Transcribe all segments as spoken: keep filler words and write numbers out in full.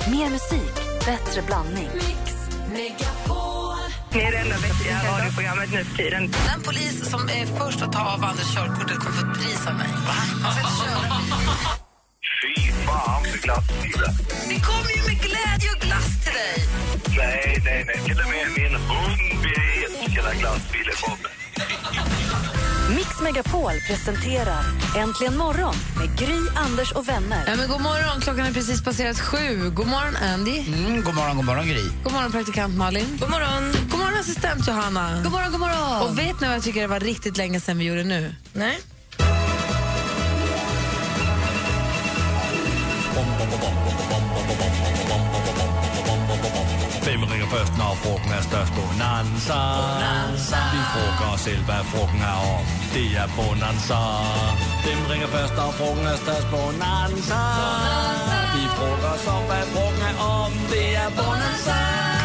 Mer musik, bättre blandning. Mix Megapol. Det är det enda vettiga radioprogrammet nu för tiden. Den polis som är först att ta av Anders körkortet kommer få ett pris av mig. Han ska köra. Fy fan för glassbilar. Det kommer ju med glädje och glass till dig. Nej, nej, nej. Till och med min hund älskar glassbilar på mig. Mix Megapol presenterar Äntligen morgon med Gry, Anders och vänner. Ja, men god morgon, klockan är precis passerat sju. God morgon Andy. Mm, god morgon, god morgon Gry. God morgon praktikant Malin. God morgon. God morgon assistent Johanna. God morgon, god morgon. Och vet ni vad jag tycker det var riktigt länge sedan vi gjorde nu? Nej. Hvem ringer først, når frugten er størst? Bonanza. Bonanza. Vi frågar os selv, hvad frugten er om. Det er Bonanza. Hvem ringer først, når frugten er størst? Bonanza. Bonanza. Vi frågar os om, hvad frugten er om. Det er Bonanza.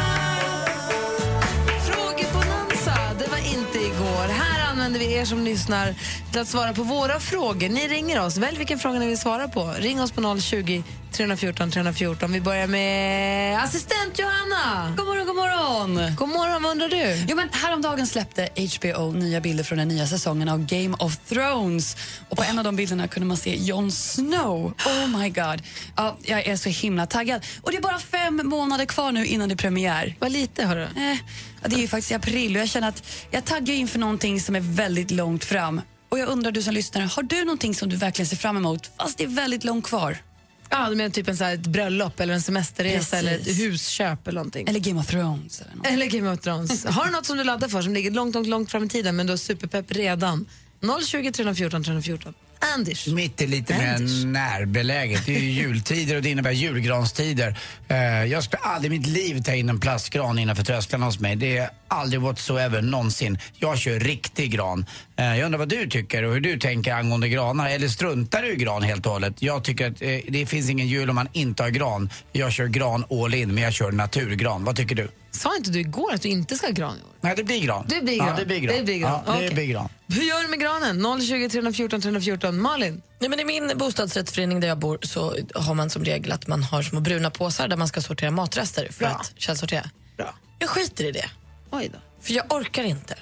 Frågebonanza, det var inte igår. Här använder vi er som lyssnar till att svara på våra frågor. Ni ringer oss. Välj vilken fråga ni vill svara på. Ring oss på noll tjugo, tre fjorton, tre fjorton. Vi börjar med assistent Johanna. God morgon, god morgon. God morgon, vad undrar du? Jo, men häromdagen släppte H B O nya bilder från den nya säsongen av Game of Thrones. Och på en av de bilderna kunde man se Jon Snow. Oh my god. Ja, jag är så himla taggad. Och det är bara fem månader kvar nu innan det är premiär. Vad lite, hörru. Eh, ja, det är ju faktiskt i april och jag känner att jag taggar in för någonting som är väldigt långt fram. Och jag undrar, du som lyssnar, har du någonting som du verkligen ser fram emot fast det är väldigt långt kvar? Ja, du menar typ en så här, ett bröllop eller en semesterresa. Precis. Eller ett husköp eller någonting. Eller Game of Thrones. Eller, något. eller Game of Thrones. Har du något som du laddar för som ligger långt, långt, långt fram i tiden men du har superpepp redan? noll tjugo, tre fjorton, tre fjorton. Anders. Mitt är lite mer närbeläget. Det är ju jultider och det innebär julgranstider. Uh, jag skulle aldrig i mitt liv ta in en plastgran innanför trösklarna hos mig. Det är aldrig whatsoever någonsin. Jag kör riktig gran. Uh, jag undrar vad du tycker och hur du tänker angående granar. Eller struntar du i gran helt och hållet? Jag tycker att uh, det finns ingen jul om man inte har gran. Jag kör gran all in, men jag kör naturgran. Vad tycker du? Sa inte du igår att du inte ska ha gran i år? Nej, det blir gran. Det blir gran. Ja, det blir gran. Det blir gran. Ja, det okay. blir gran. Hur gör du med granen? noll tjugo, tre fjorton, tre fjorton. Malin? Nej, men i min bostadsrättsförening där jag bor så har man som regel att man har små bruna påsar där man ska sortera matrester för Bra. att källsortera. Bra. Jag skiter i det. Oj då. För jag orkar inte.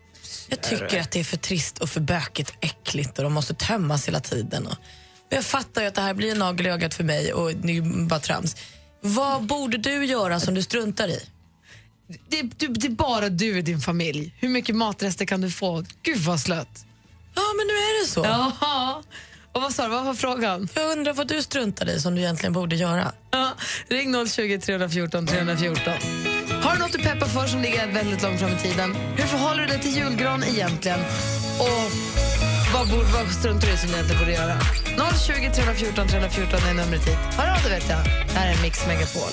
Jag tycker att det är för trist och för bökigt och äckligt och de måste tömmas hela tiden. Och jag fattar ju att det här blir en nagel i ögat för mig och det är bara trams. Vad borde du göra som du struntar i? Det, det, det är bara du i din familj. Hur mycket matrester kan du få? Gud vad slött. Ja, men nu är det så. Jaha. Och vad sa du? Vad var frågan? Jag undrar vad du struntar i som du egentligen borde göra. Ja, ring noll tjugo, tre fjorton, tre fjorton. Har du något du peppar för som ligger väldigt långt fram i tiden? Hur förhåller du dig till julgran egentligen? Och vad, borde, vad struntar du i som du egentligen borde göra? noll tjugo, tre fjorton, tre fjorton är numret hit. Hör av det vet jag. Här är Mix Megapol.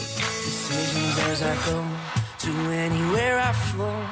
To anywhere I flow.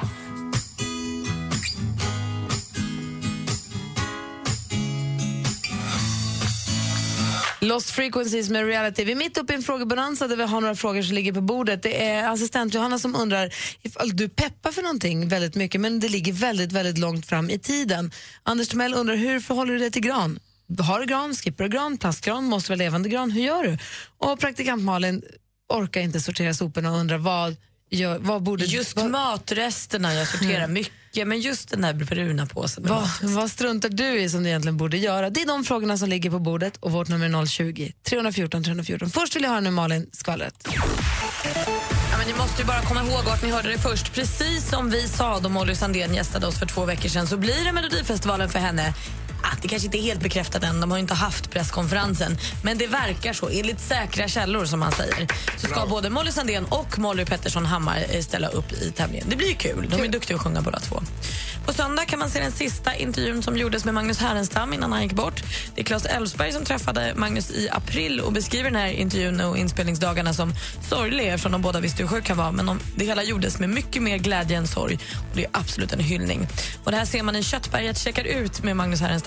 Lost Frequencies med Reality. Vi är mitt uppe i en frågebonanza där vi har några frågor som ligger på bordet. Det är assistent Johanna som undrar ifall du peppar för någonting väldigt mycket men det ligger väldigt, väldigt långt fram i tiden. Anders Timell undrar, hur förhåller du dig till gran? Har du gran, skippar du gran, plastgran, måste vara levande gran, hur gör du? Och praktikant Malin orkar inte sortera soporna och undrar vad gör, vad borde Just vad, matresterna, jag sorterar mm. mycket, men just den där bruna påsen. Vad, vad struntar du i som du egentligen borde göra? Det är de frågorna som ligger på bordet och vårt nummer är noll tjugo, tre fjorton, tre fjorton. Först vill jag höra nu Malin skvallret. Ja, men ni måste ju bara komma ihåg att ni hörde det först. Precis som vi sa då Molly Sandén gästade oss för två veckor sedan så blir det Melodifestivalen för henne. Ah, det kanske inte är helt bekräftat än, de har ju inte haft presskonferensen. Men det verkar så, enligt säkra källor som man säger. Så ska både Molly Sandén och Molly Pettersson Hammar ställa upp i tävlingen. Det blir ju kul, de är duktiga att sjunga båda två. På söndag kan man se den sista intervjun som gjordes med Magnus Härenstam innan han gick bort. Det är Claes Elfsberg som träffade Magnus i april och beskriver den här intervjun och inspelningsdagarna som sorgliga eftersom de båda visste hur sjuk han var. Men de, det hela gjordes med mycket mer glädje än sorg och det är absolut en hyllning. Och det här ser man i Köttberget checkar ut med Magnus Härenstam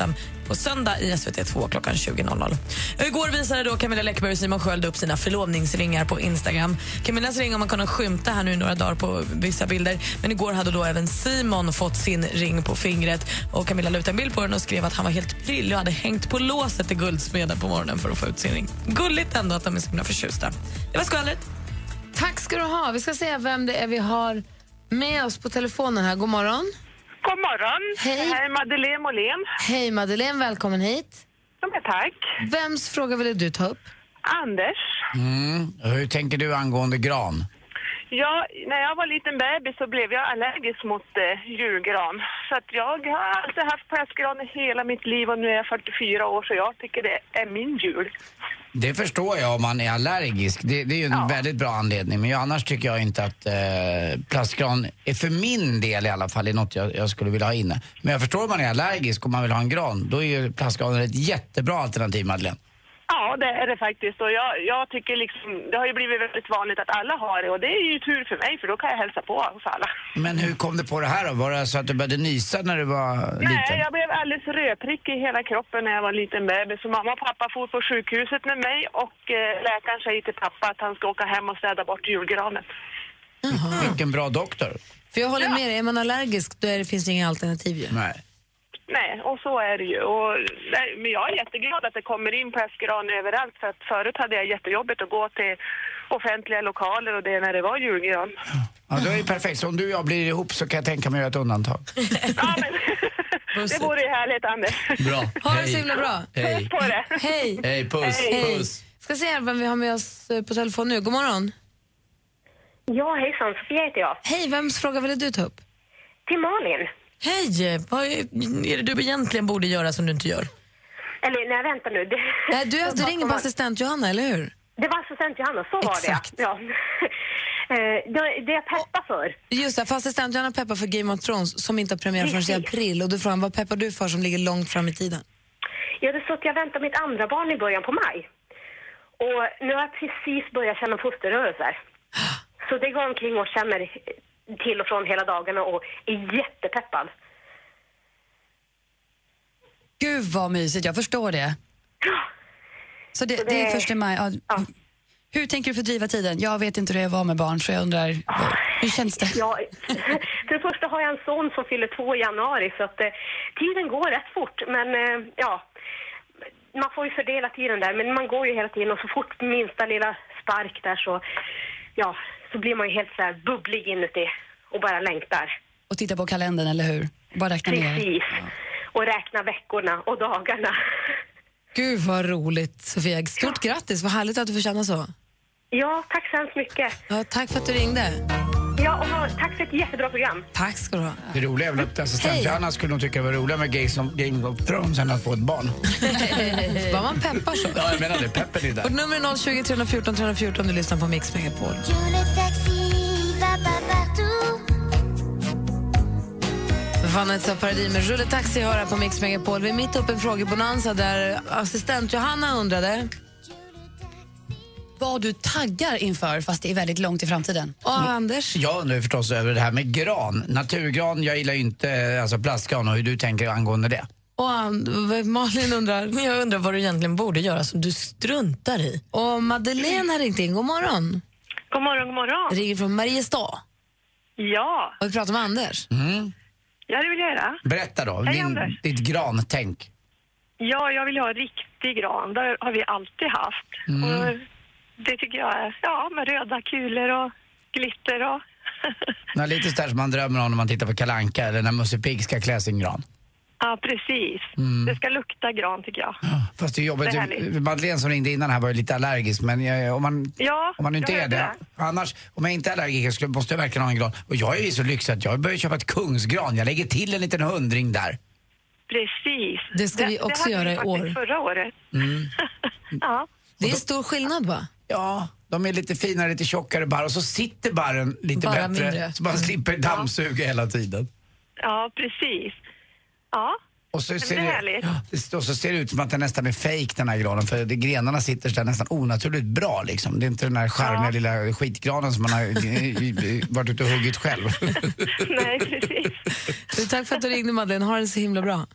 Ensam på söndag i S V T två klockan tjugo. Igår visade då Camilla Läckberg och Simon Sköld upp sina förlovningsringar på Instagram. Camillas ring har man kunnat skymta här nu några dagar på vissa bilder, men igår hade då även Simon fått sin ring på fingret och Camilla la ut en bild på den och skrev att han var helt prill och hade hängt på låset i guldsmeden på morgonen för att få ut sin ring. Gulligt ändå att de är så himla förtjusta. Det var skvallret. Tack ska du ha. Vi ska se vem det är vi har med oss på telefonen här. God morgon. God morgon. Hej. Det här är Madeleine Molén. Hej Madeleine, välkommen hit. Ja, men tack. Vems fråga ville du ta upp? Anders. Mm. Hur tänker du angående gran? Ja, när jag var liten bebis så blev jag allergisk mot eh, julgran. Så att jag har alltid haft prästgran i hela mitt liv och nu är jag fyrtiofyra år så jag tycker det är min jul. Det förstår jag om man är allergisk. Det, det är ju en Ja. väldigt bra anledning. Men jag, annars tycker jag inte att eh, plastgran är för min del i alla fall är något jag, jag skulle vilja ha inne. Men jag förstår om man är allergisk och man vill ha en gran. Då är ju plastgranen ett jättebra alternativ, Madeleine. Ja, det är det faktiskt. Och jag, jag tycker liksom, det har ju blivit väldigt vanligt att alla har det. Och det är ju tur för mig för då kan jag hälsa på hos alla. Men hur kom du på det här då? Var det så att du började nysa när du var liten? Nej, jag blev alldeles rödprickig i hela kroppen när jag var liten bebis. Så mamma och pappa for på sjukhuset med mig och eh, läkaren säger till pappa att han ska åka hem och städa bort julgranen. Jaha. Vilken bra doktor. För jag håller Ja. med dig, är man allergisk då är det, finns det inga alternativ ju. Nej. Nej, och så är det ju. Och, nej, men jag är jätteglad att det kommer in prästgran överallt. För att förut hade jag jättejobbigt att gå till offentliga lokaler och det när det var julgran. Ja, då är det perfekt. Så om du och jag blir ihop så kan jag tänka mig att göra ett undantag. Ja, men det vore ju härligt, Anders. Bra. Ha det så himla bra. Puss på det. Hej. Hej, puss. Hej. Puss. Ska se här vem vi har med oss eh, på telefon nu. God morgon. Ja, hejsan. Sofia heter jag. Hej, vems fråga ville du ta upp? Till Malin. Hej, vad är, är det du egentligen borde göra som du inte gör? Eller nej, vänta nu. Det, Nej, du, du ringer på assistent Johanna, eller hur? det var assistent Johanna, så var Exakt. det. Ja. Eh, det, det jag peppar för. Just det, för assistent Johanna peppar för Game of Thrones som inte har premiär förrän i Precis. april. Och du frågar, vad peppar du för som ligger långt fram i tiden? Ja, det är så att jag väntar mitt andra barn i början på maj. Och nu har jag precis börjat känna fosterrörelser. Så det går omkring och känner till och från hela dagarna och är jättepeppad. Gud vad mysigt, jag förstår det. Så det, Så det är det- första maj. Ja. Ja. Hur tänker du fördriva tiden? Jag vet inte hur det var med barn så jag undrar, hur känns det? Ja, för det första har jag en son som fyller två i januari så att eh, tiden går rätt fort. Men eh, ja, man får ju fördela tiden där. Men man går ju hela tiden och så fort minsta lilla spark där så, ja, så blir man ju helt så här bubblig inuti och bara längtar. Och titta på kalendern, eller hur? Bara räkna ner. Precis. Och räkna veckorna och dagarna. Gud vad roligt, Sofia. Stort grattis, vad härligt att du får känna så. Ja, tack så hemskt mycket. Ja, tack för att du ringde. Ja, och tack för ett jättebra program. Tack ska du ha. Det roliga är väl att assistent Hej. Johanna skulle nog tycka det var roligare med Games of, Game of Thrones än att få ett barn. Vad man peppar så. Ja, jag menar det. Peppen är där. Vårt nummer är noll tjugo, tre fjorton, tre fjorton om du lyssnar på Mix Megapol. Vanessa Paradis med Rulle Taxi hör här på Mix Megapol. Vi är mitt uppe i en frågebonanza där assistent Johanna undrade. Vad du taggar inför fast det är väldigt långt i framtiden. Och Anders? Jag undrar förstås över det här med gran. Naturgran, jag gillar ju inte alltså plastgran och hur du tänker angående det. Och And- Malin undrar. Jag undrar vad du egentligen borde göra som du struntar i. Och Madeleine har ringt in. God morgon. God morgon, god morgon. Ringer från Mariestad. Ja, Och vi pratar med Anders. Mm. ja det vill jag göra. Berätta då, Hej, din, Anders. ditt grantänk. Ja, jag vill ha riktig gran. Det har vi alltid haft. Mm. Och det tycker jag är, ja, med röda kulor och glitter och... Ja, lite sådär som man drömmer om när man tittar på Kalle Anka eller när Musse Pigg ska klä sin gran. Ja, precis. Mm. Det ska lukta gran tycker jag. Fast det är jobbigt. Det är härligt. Madeleine som ringde innan här var ju lite allergisk, men jag, om, man, Ja, om man inte jag är det. hörde Annars, om jag inte är allergiker skulle, måste jag verkligen ha en gran. Och jag är ju så lyxig att jag börjar köpa ett kungsgran. Jag lägger till en liten hundring där. Precis. Det ska vi också hade göra vi i faktiskt år. Förra året. Mm. Ja. Det är stor skillnad va? Ja, de är lite finare, lite tjockare barr och så sitter barren lite Bara bättre. mindre. Så man slipper dammsuga hela tiden. Ja, precis. Ja. Och så, Men ser det är det, härligt. ja, det, och så ser det ut som att den nästan är fake den här granen. För det, grenarna sitter så där nästan onaturligt bra liksom. Det är inte den här charmiga Ja. lilla skitgranen som man har varit ute och huggit själv. Nej, precis. Så tack för att du ringde Madeleine. Ha det så himla bra.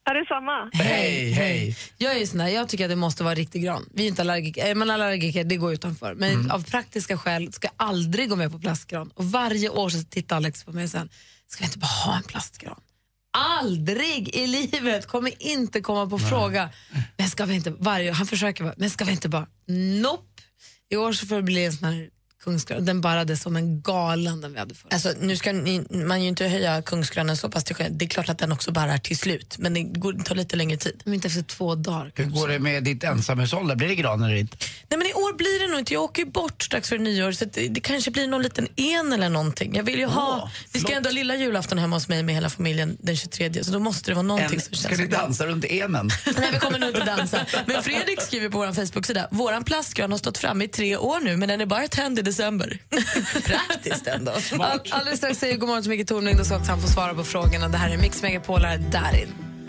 Är det samma? Hej, hej. Jag är ju sån där, jag tycker att det måste vara riktig gran. Vi är inte allergiker, är man allergiker, det går utanför. Men Mm. av praktiska skäl ska jag aldrig gå med på plastgran. Och varje år så tittar Alex på mig och säger, ska vi inte bara ha en plastgran? Aldrig i livet, kommer inte komma på fråga. Men ska vi inte, varje han försöker bara, men ska vi inte bara, nope. I år så får det bli en sån här kungsgran, den barrade som en galen den vi hade förut. Alltså, nu ska ni, man ju inte höja kungsgranen så pass till själv. Det är klart att den också barrar till slut, men det går, tar lite längre tid. Men inte efter två dagar. Hur går det med ditt ensamhushåll? Blir det gran eller inte? Nej, men i år blir det nog inte. Jag åker ju bort strax för nyår, så det, det kanske blir någon liten en eller någonting. Jag vill ju ha, Åh, vi ska ändå ha lilla julafton hemma hos mig med hela familjen den tjugotredje, så då måste det vara någonting En, som ska känns ni som- dansa runt enen? Nej, vi kommer nog inte dansa. Men Fredrik skriver på vår Facebook-sida, våran plastgran har stått framme i tre år nu, men den är bara tänd i december. Praktiskt ändå. All, alldeles strax säger god morgon till Micke Tornving, då ska han få svara på frågorna. Det här är Mix Megapol, här Darin.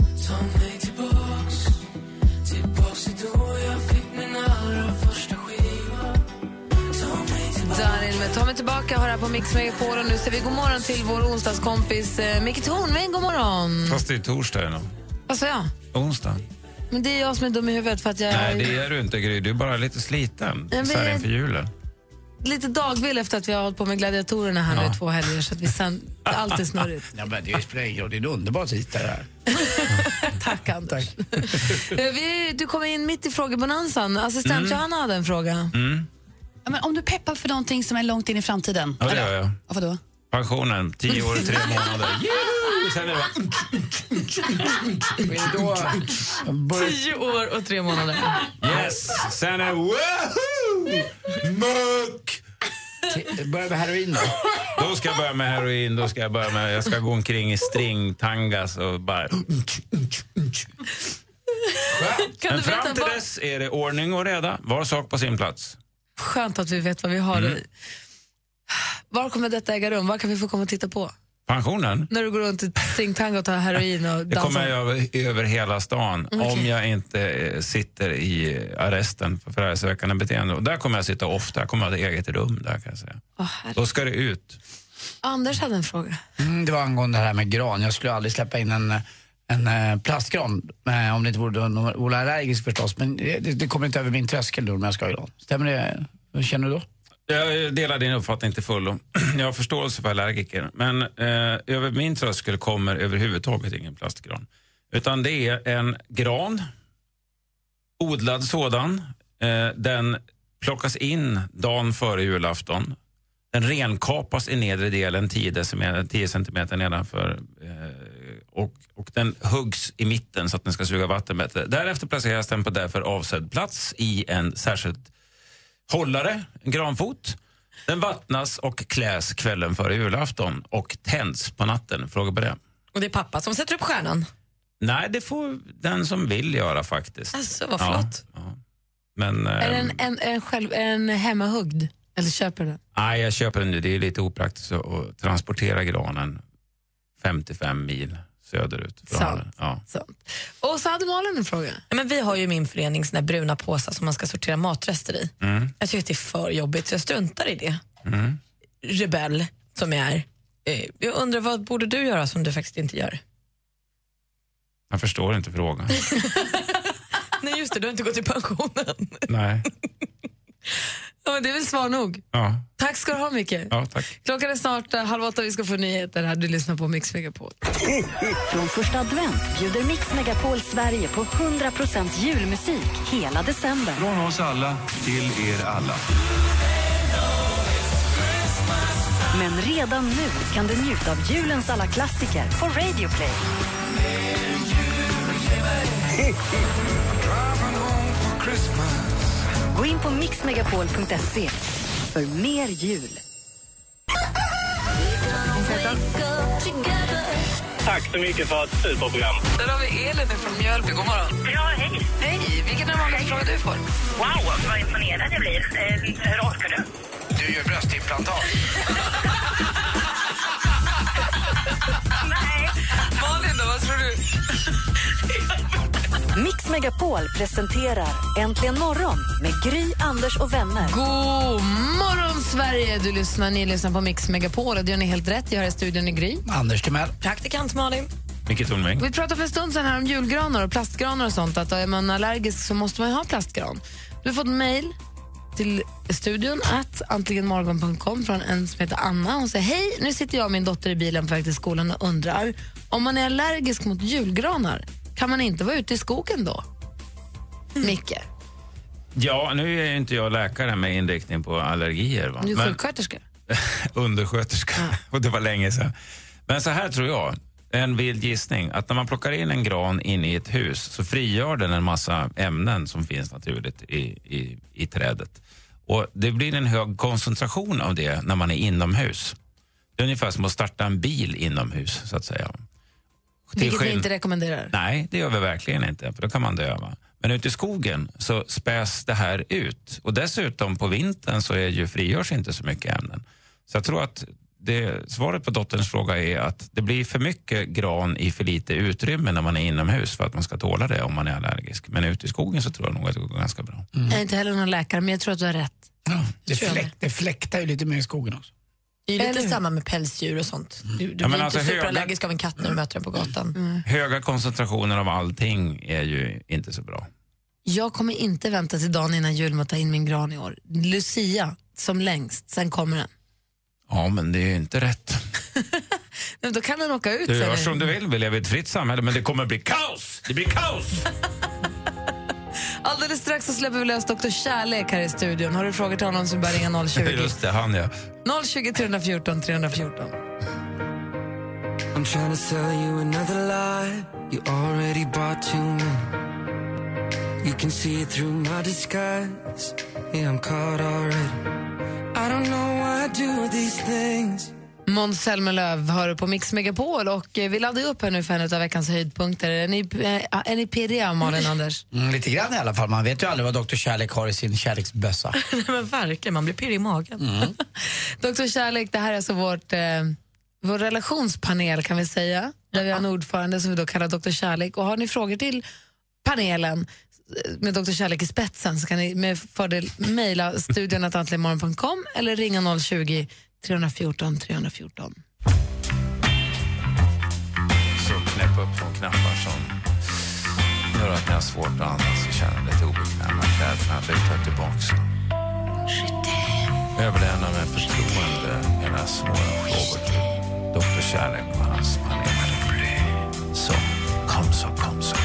Darin med Ta mig tillbaka, hör här på Mix Megapol. Och nu säger vi god morgon till vår onsdagskompis eh, Micke Tornving, god morgon. Fast det är torsdag nu. Vad sa jag? Onsdag. Men det är jag som är dum i huvudet för att jag Nej, är det är du inte, Gry. Du är bara lite sliten. Ja, men Så här jag- inför julen. lite dagvill efter att vi har hållit på med gladiatorerna här nu Ja. i två helger, så att vi sen, det är alltid snurrigt. Ja, men det spelar ingen roll. Det är en underbar tid det här. Tack, Anders. Eh, vi, du kommer in mitt i frågebonanzan. Assistent Mm. Johanna hade en fråga. Mm. Ja, men om du peppar för någonting som är långt in i framtiden. Ja, det gör jag. Ja, vadå? Pensionen, tio år och tre månader. Juhu! Sen är det bara... Tio år och tre månader. Yes! Sen är det... Woohoo! Muck! Börja med heroin då. Då ska jag börja med heroin. Då ska jag börja med... Jag ska gå omkring i stringtangas och bara... Kan Men du fram veta till vad- dess är det ordning och reda. Var sak på sin plats. Skönt att vi vet vad vi har Mm. i. Var kommer detta äga rum? Vad kan vi få komma och titta på? Pensionen? När du går runt i stringtango och tar heroin och Det kommer dansar? jag över, över hela stan Okej. om jag inte eh, sitter i arresten för förargelseväckande beteende. Och där kommer jag sitta ofta. Jag kommer att ha ett eget rum där, kan jag säga. Åh, herre. Då ska det ut. Anders hade en fråga. Mm, det var angående det här med gran. Jag skulle aldrig släppa in en, en eh, plastgran. Eh, om det inte vore, någon- vore allergisk förstås. Men det, det kommer inte över min tröskel då om jag ska ha gran. Stämmer det? Vad känner du då? Jag delar din uppfattning till fullo. Jag har förståelse för allergiker. Men eh, över min tröskel kommer överhuvudtaget ingen plastgran. Utan det är en gran, odlad sådan. Eh, den plockas in dagen före julafton. Den renkapas i nedre delen tio decimeter, tio centimeter nedanför. Eh, och, och den huggs i mitten så att den ska suga vatten bättre. Därefter placeras den på därför avsedd plats i en särskild hållare, en granfot. Den vattnas och kläs kvällen före julafton och tänds på natten. Fråga på det. Och det är pappa som sätter upp stjärnan. Nej, det får den som vill göra faktiskt. Alltså, vad flott. Ja, ja. Men Är eh, den en, en, själv, en hemmahuggd? Eller köper du den? nej, jag köper den nu. Det är lite opraktiskt att, att transportera granen femtiofem mil söderut. från Sant. den. Ja. Sant. Och så hade Malin en fråga. Ja, men vi har ju i min förening såna här bruna påsar som man ska sortera matrester i. Mm. Jag tycker att det är för jobbigt så jag struntar i det. Mm. Rebell som jag är. Eh, Jag undrar, vad borde du göra som du faktiskt inte gör? Jag förstår inte frågan. Nej just det, du har inte gått i pensionen. Nej. Ja, men det är väl svar nog. Ja. Tack ska du ha, Micke. Ja, tack. Klockan är snart eh, halv åtta, vi ska få nyheter här. Du lyssnar på Mix Megapol. Från första advent bjuder Mix Megapol Sverige på hundra procent julmusik hela december. Från oss alla till er alla. Men redan nu kan du njuta av julens alla klassiker på Radio Play. Gå in på mix megapol punkt se för mer jul. Tack så mycket för ett superprogram. Där har vi Elin från Mjölby. God morgon. Ja, hej. Hej, vilken är den vanligaste frågan du får? Wow, vad imponerad jag blir. Eh, hur orkar du? Du gör bröstimplantat. Nej. Malin då, vad tror du? Mix Megapol presenterar Äntligen morgon med Gry, Anders och vänner. God morgon, Sverige! Du lyssnar, ni lyssnar på Mix Megapol. Och det gör ni helt rätt. Jag har i studion i Gry. Anders Timell. Praktikant Malin. Micke Tornving. Vi pratade för en stund sedan här om julgranar och plastgranar och sånt. Att är man allergisk så måste man ju ha plastgran. Du har fått mejl till studion att antligenmorgon punkt com från en som heter Anna. Hon säger, hej, nu sitter jag och min dotter i bilen på väg till skolan och undrar om man är allergisk mot julgranar, kan man inte vara ute i skogen då? Mm. Micke? Ja, nu är ju inte jag läkare med inriktning på allergier. Va? Du är sjuksköterska? Undersköterska, ja. Och det var länge sedan. Men så här tror jag, en vild gissning, att när man plockar in en gran in i ett hus så frigör den en massa ämnen som finns naturligt i, i, i trädet. Och det blir en hög koncentration av det när man är inomhus. Det är ungefär som att starta en bil inomhus, så att säga. Vilket vi inte rekommenderar. Nej, det gör vi verkligen inte, för då kan man dö. Va? Men ute i skogen så späs det här ut. Och dessutom på vintern så är ju, frigörs inte så mycket ämnen. Så jag tror att det, svaret på dotterns fråga är att det blir för mycket gran i för lite utrymme när man är inomhus för att man ska tåla det om man är allergisk. Men ute i skogen så tror jag nog att det går ganska bra. Mm. Jag är inte heller någon läkare, men jag tror att du har rätt. Ja, det, fläk, det fläktar ju lite mer i skogen också. Det är lite samma med pälsdjur och sånt. Du, du ja, blir alltså inte superallergisk höga, av en katt när du möter den på gatan. Mm. Höga koncentrationer av allting är ju inte så bra. Jag kommer inte vänta till dagen innan jul med att ta in min gran i år. Lucia, som längst, sen kommer den. Ja, men det är ju inte rätt. Men då kan den åka ut. Du gör som du vill, vill jag vid ett fritt samhälle, men det kommer bli kaos! Det blir kaos! Alldeles strax så släpper vi lös doktor Kärlek här i studion. Har du frågor till honom så bara ringa noll tjugo. Just det, han ja. noll tjugo, tre fjorton, tre fjorton. I'm trying to sell you another lie you already bought to me. You can see it through my disguise. Yeah, I'm caught already. I don't know why I do these things. Måns Zelmerlöw hör på Mix Megapol och vi laddar upp här nu för en av veckans höjdpunkter. Är ni, är ni pirriga, Malin, Anders? Mm, lite grann i alla fall. Man vet ju aldrig vad doktor Kärlek har i sin kärleksbössa. Men verkligen, man blir pirrig i magen. Mm. doktor Kärlek, det här är alltså vårt, eh, vår relationspanel kan vi säga. Där vi har en ordförande som vi då kallar doktor Kärlek. Och har ni frågor till panelen med doktor Kärlek i spetsen så kan ni med fördel mejla studion at antligenmorgon punkt com eller ringa noll tjugo, tre fjorton, tre fjorton. Så knäppa upp de knappar som gör att ni har svårt att andas och känner lite obekväma kläderna. Luta tillbaka. Överlämna med förtroende era svåra frågor till doktor Kärlek och hans panel. Så, kom så, kom så.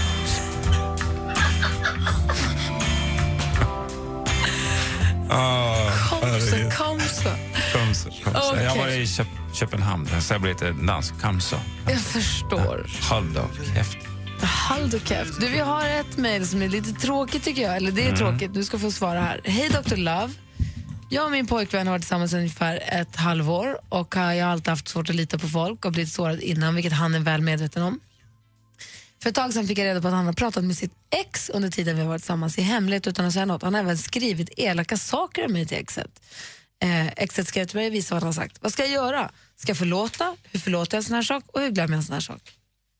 Oh, kom så, kom så. Kom så, kom så. Okay. Jag var i Köp Köpenhamn, så jag blev lite dans. Kom så. Jag förstår. Håll då käft. Håll då käft. Du, vi har ett mejl som är lite tråkigt tycker jag. Eller det är mm. tråkigt, du ska få svara här. Hej doktor Love. Jag och min pojkvän har varit tillsammans ungefär ett halvår och jag har alltid haft svårt att lita på folk och blivit sårad innan, vilket han är väl medveten om. För ett tag sedan fick jag reda på att han har pratat med sitt ex under tiden vi har varit tillsammans i hemlighet utan att säga något. Han har även skrivit elaka saker om mig till exet. Eh, exet skrev till mig och visade vad han har sagt. Vad ska jag göra? Ska jag förlåta? Hur förlåter jag en sån här sak? Och hur glömmer jag en sån här sak?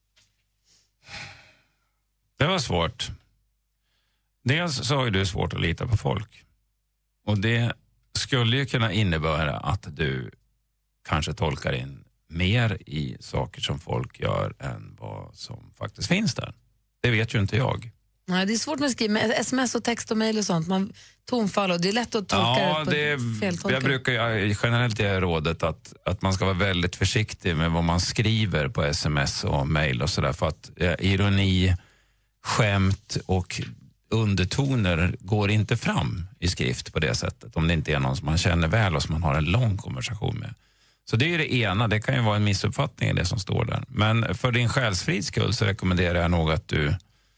Det var svårt. Dels så har ju du svårt att lita på folk. Och det skulle ju kunna innebära att du kanske tolkar in mer i saker som folk gör än vad som faktiskt finns där. Det vet ju inte jag. Nej, det är svårt med, skriva, med sms och text och mejl och sånt. Man, tonfall och det är lätt att tolka ja, det på feltolka. Jag brukar ju generellt ge rådet att, att man ska vara väldigt försiktig med vad man skriver på sms och mejl och sådär. För att eh, ironi, skämt och undertoner går inte fram i skrift på det sättet. Om det inte är någon som man känner väl och som man har en lång konversation med. Så det är det ena, det kan ju vara en missuppfattning i det som står där. Men för din själsfrids skull så rekommenderar jag nog att du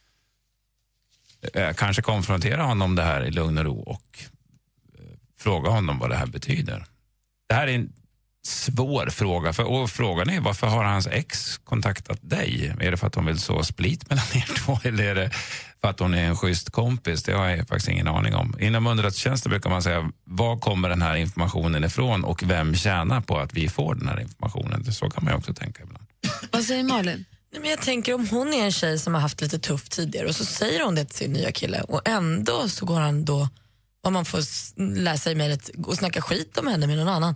eh, kanske konfronterar honom det här i lugn och ro och eh, fråga honom vad det här betyder. Det här är en svår fråga, för, och frågan är varför har hans ex kontaktat dig? Är det för att hon vill så split mellan er två eller är det för att hon är en schysst kompis? Det har jag faktiskt ingen aning om. Inom underrättelsetjänsten brukar man säga, var kommer den här informationen ifrån och vem tjänar på att vi får den här informationen? Så kan man ju också tänka ibland. Vad säger Malin? Nej, men jag tänker om hon är en tjej som har haft lite tufft tidigare och så säger hon det till sin nya kille och ändå så går han då, om man får läsa i mejlet, och snacka skit om henne med någon annan.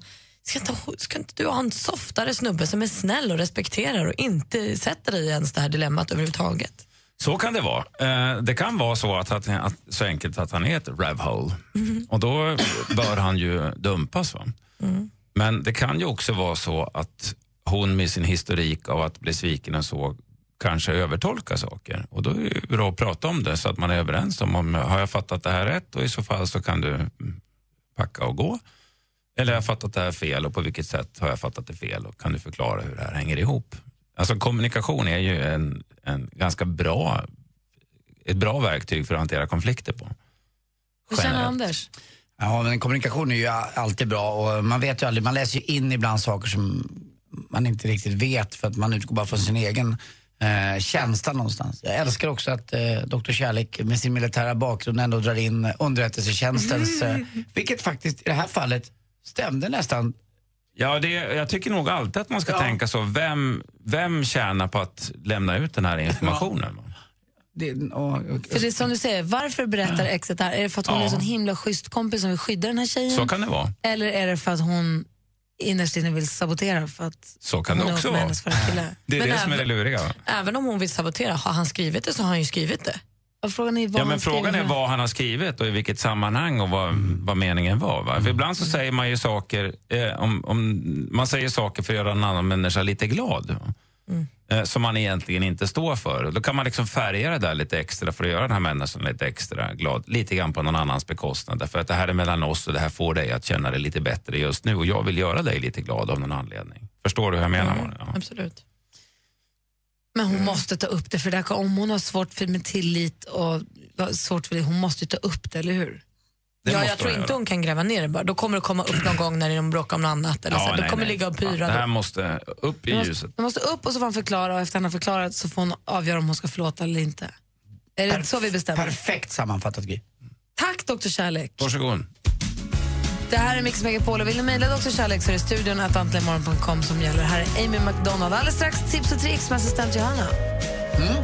Ska inte, ska inte du ha en softare snubbe som är snäll och respekterar och inte sätter dig i ens det här dilemmat överhuvudtaget? Så kan det vara. Eh, det kan vara så att, att, att så enkelt att han är ett ravhole. Mm. Och då bör han ju dumpas. Va? Mm. Men det kan ju också vara så att hon med sin historik av att bli sviken och så kanske övertolkar saker. Och då är det bra att prata om det så att man är överens om, om har jag fattat det här rätt och i så fall så kan du packa och gå. Eller har jag fattat det här fel och på vilket sätt har jag fattat det fel och kan du förklara hur det här hänger ihop? Alltså kommunikation är ju en, en ganska bra ett bra verktyg för att hantera konflikter på. Hur känner Anders? Ja, men kommunikation är ju alltid bra och man vet ju aldrig, man läser ju in ibland saker som man inte riktigt vet för att man utgår bara från sin egen eh, känsla någonstans. Jag älskar också att eh, doktor Kärlek med sin militära bakgrund ändå drar in underrättelsetjänstens, eh, vilket faktiskt i det här fallet stämde nästan. Ja, det, jag tycker nog alltid att man ska ja. tänka så. Vem, vem tjänar på att lämna ut den här informationen? Ja. Det, och, och, för det är som du säger, varför berättar exet här? Är det för att hon ja. är en sån himla schysst kompis som vill skydda den här tjejen? Så kan det vara. Eller är det för att hon innerst inne vill sabotera för att så kan det också vara. Det är men det som är det luriga. Även om hon vill sabotera, har han skrivit det så har han ju skrivit det. Och frågan är vad, ja, men han frågan är vad han har skrivit och i vilket sammanhang och vad, vad meningen var. Va? För ibland så säger man ju saker, eh, om, om man säger saker för att göra en annan människa lite glad. Mm. Eh, som man egentligen inte står för. Då kan man liksom färga det där lite extra för att göra den här människan lite extra glad. Lite grann på någon annans bekostnad. Därför att det här är mellan oss och det här får dig att känna dig lite bättre just nu. Och jag vill göra dig lite glad av någon anledning. Förstår du hur jag menar? Mm, ja. Absolut. Men hon måste ta upp det, för det, om hon har svårt för med tillit och svårt för det, hon måste ta upp det, eller hur? Det ja, jag tror inte hon kan gräva ner det bara. Då kommer det komma upp någon gång när de bråkar om något annat. Eller ja, så. Nej, det kommer nej. ligga och pyra. Ja, det här måste upp i det ljuset. Det måste upp och så får han förklara och efter han har förklarat så får hon avgöra om hon ska förlåta eller inte. Är det Perf- så vi bestämmer? Perfekt sammanfattat, Gry. Tack, doktor Kärlek. Varsågod. Det här är Mix Megapol och vill ni mejla doktor Kärlek så är det studion at antligenmorgon punkt com som gäller. Här är Amy McDonald. Alldeles strax tips och tricks med assistent Johanna. Mm.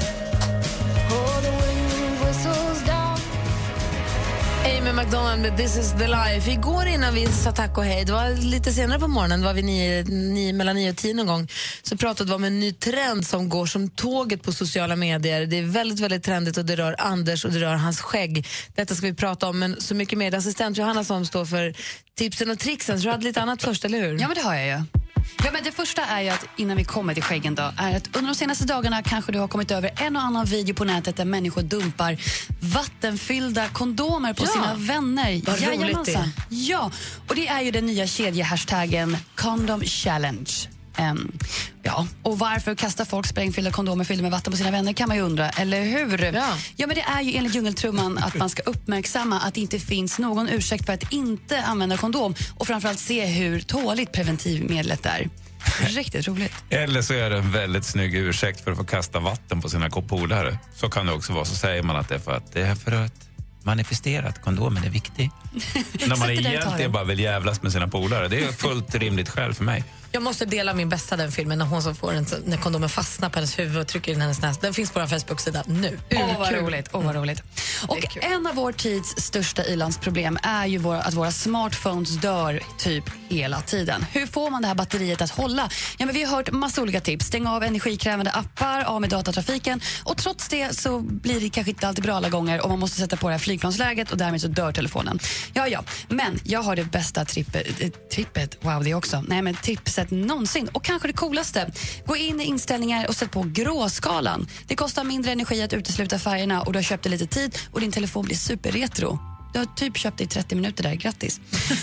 Amy McDonald med This is the life. Igår innan vi sa tack och hej, det var lite senare på morgonen, det var vi nio, nio, mellan nio och tio någon gång, så pratade vi om en ny trend som går som tåget på sociala medier. Det är väldigt, väldigt trendigt och det rör Anders och det rör hans skägg. Detta ska vi prata om, men så mycket mer. Assistent Johanna som står för tipsen och tricksen. Så du hade lite annat först, eller hur? Ja, men det har jag ju. Ja, men det första är ju att innan vi kommer till skäggen då, är att under de senaste dagarna kanske du har kommit över en och annan video på nätet där människor dumpar vattenfyllda kondomer på ja. sina vänner. Vad roligt det. Ja, och det är ju den nya kedjehashtagen Condom Challenge. Um, ja, och varför kastar folk sprängfyllda kondomer fyllda med vatten på sina vänner kan man ju undra, eller hur? Ja. ja, men det är ju enligt djungeltrumman att man ska uppmärksamma att det inte finns någon ursäkt för att inte använda kondom och framförallt se hur tåligt preventivmedlet är. Riktigt roligt. Eller så är det en väldigt snygg ursäkt för att få kasta vatten på sina polare. Så kan det också vara, så säger man att det är för att det är för att manifestera att kondomen är viktig. När man egentligen bara vill jävlas med sina polare. Det är fullt rimligt själv för mig. Jag måste dela min bästa den filmen när hon som får en, när kondomen fastnar på hennes huvud och trycker in hennes näs. Den finns på vår Facebook-sida nu. Åh, oh, vad roligt. Oh, vad roligt. Och en av vår tids största ilandsproblem är ju våra, att våra smartphones dör typ hela tiden. Hur får man det här batteriet att hålla? Ja, men vi har hört massa olika tips. Stäng av energikrävande appar, av med datatrafiken. Och trots det så blir det kanske inte alltid bra alla gånger och man måste sätta på det här flygplansläget och därmed så dör telefonen. Ja, ja. Men jag har det bästa trippet. Eh, trippet, wow, det också. Nej, men tipset någonsin. Och kanske det coolaste. Gå in i inställningar och sätt på gråskalan. Det kostar mindre energi att utesluta färgerna och du har köpt det lite tid och din telefon blir superretro. Du har typ köpt det i trettio minuter där, grattis.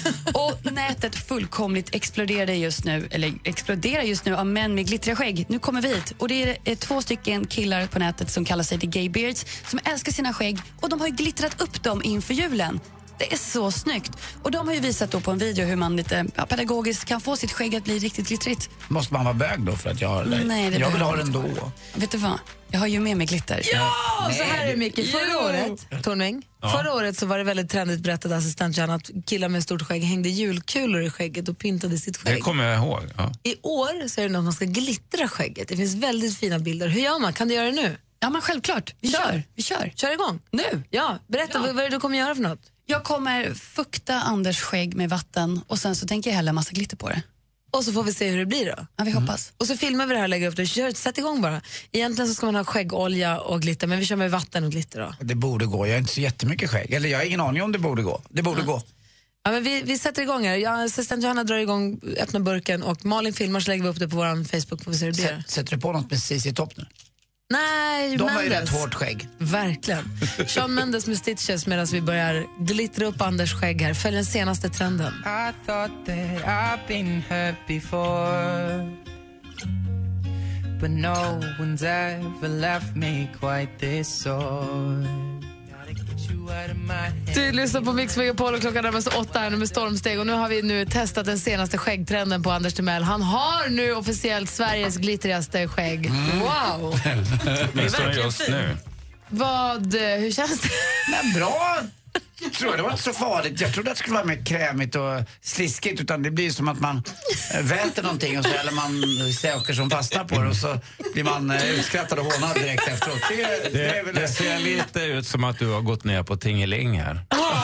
Och nätet fullkomligt exploderar just nu, eller exploderar just nu av män med glittriga skägg. Nu kommer vi hit och det är två stycken killar på nätet som kallar sig The Gay Beards som älskar sina skägg och de har ju glittrat upp dem inför julen. Det är så snyggt. Och de har ju visat då på en video hur man lite ja, pedagogiskt kan få sitt skägg att bli riktigt glittrigt. Måste man vara bög då för att jag har det? Nej, det jag vill ha det ändå. Vet du vad? Jag har ju med mig glitter. Ja! Nej, så här är det mycket. Förra jo. året, Tornving, ja. förra året så var det väldigt trendigt, berättade assistent Jan, att killar med stort skägg hängde julkulor i skägget och pyntade sitt skägg. Det kommer jag ihåg. Ja. I år så är det något man ska glittra skägget. Det finns väldigt fina bilder. Hur gör man? Kan du göra det nu? Ja, men självklart. Vi kör. kör. Vi kör. Kör igång. Nu? Ja, berätta. Ja. Vad, vad är det du kommer göra för något? Jag kommer fukta Anders skägg med vatten och sen så tänker jag hälla massa glitter på det. Och så får vi se hur det blir då. Ja, vi hoppas. Mm. Och så filmar vi det här och lägger upp det. Kör, sätt igång bara. Egentligen så ska man ha skäggolja och glitter, men vi kör med vatten och glitter då. Det borde gå. Jag har inte så jättemycket skägg. Eller jag har ingen aning om det borde gå. Det borde ja. gå. Ja, men vi, vi sätter igång här. Jag, assistent Johanna drar igång, öppnar burken och Malin filmar, så lägger vi upp det på vår Facebook. Får vi se hur det blir. Sätt, sätter du på något med C C Topp nu? Nej, de Mendes. har ju rätt hårt skägg. Verkligen. Shawn Mendes med Stitches medan vi börjar glittra upp Anders skägg här. Följ den senaste trenden. I thought that I've been hurt before, but no one's ever left me quite this sore. Du lyssnar på Mix Megapol och klockan närmast åtta här med stormsteg. Och nu har vi nu testat den senaste skäggtrenden på Anders Timell. Han har nu officiellt Sveriges glittrigaste skägg. Mm. Wow! Det är verkligen just nu. Vad, hur känns det? Nej, bra! Jag tror det var inte så farligt. Jag trodde att det skulle vara mer krämigt och sliskigt, utan det blir som att man välter någonting och så häller man saker som fastnar på det och så blir man utskrattad och hånad direkt efteråt. Det, det, det, är väl det ser lite ut som att du har gått ner på Tingeling här.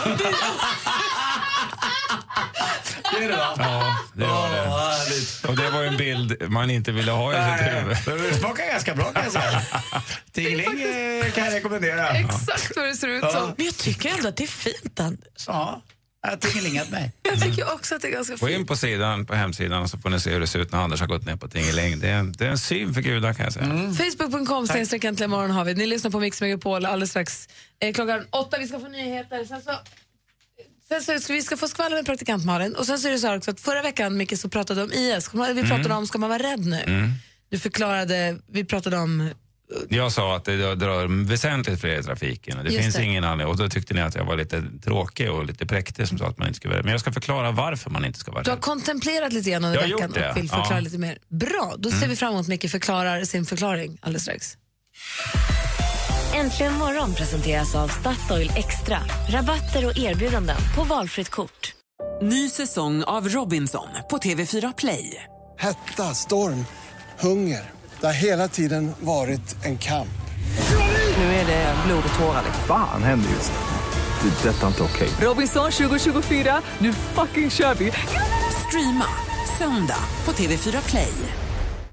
Det är det, va? Ja, det var det. Oh, och det var en bild man inte ville ha i sitt huvud. Det smakar ganska bra, kan jag säga. Tingeling kan jag rekommendera. Exakt vad det ser ut som. Ja. Men jag tycker ändå att det är fint, Anders. Ja, jag har tingelingat mig. Jag tycker också att det är ganska fint. Gå in på sidan, på hemsidan, så får ni se hur det ser ut när Anders har gått ner på Tingeling. Det är en, det är en syn för gudar, kan jag säga. Mm. Facebook punkt com snedstreck äntligen morgon har vi. Ni lyssnar på Mix Megapol alldeles strax. Eh, klockan åtta, vi ska få nyheter. Sen så... Sen så ska vi ska få skvallra med praktikant Malin. Och sen så är det så här också att förra veckan, Micke, så pratade om I S. Vi pratade mm. om, ska man vara rädd nu? Mm. Du förklarade, vi pratade om... Jag sa att det drar väsentligt fler i trafiken. Och det Just finns det. ingen anledning. Och då tyckte ni att jag var lite tråkig och lite präktig som sa att man inte ska vara rädd. Men jag ska förklara varför man inte ska vara Du har rädd. kontemplerat lite grann under Jag har veckan gjort det, och vill förklara ja. lite mer. Bra, då ser Mm. vi fram emot Micke förklarar sin förklaring alldeles strax. Äntligen morgon presenteras av Statoil Extra. Rabatter och erbjudanden på valfritt kort. Ny säsong av Robinson på T V fyra Play. Hetta, storm, hunger. Det har hela tiden varit en kamp. Nu är det blod och tårar. Fan händer just det. Det är detta inte okej. Robinson tjugo tjugofyra, nu fucking kör vi. Streama söndag på T V fyra Play.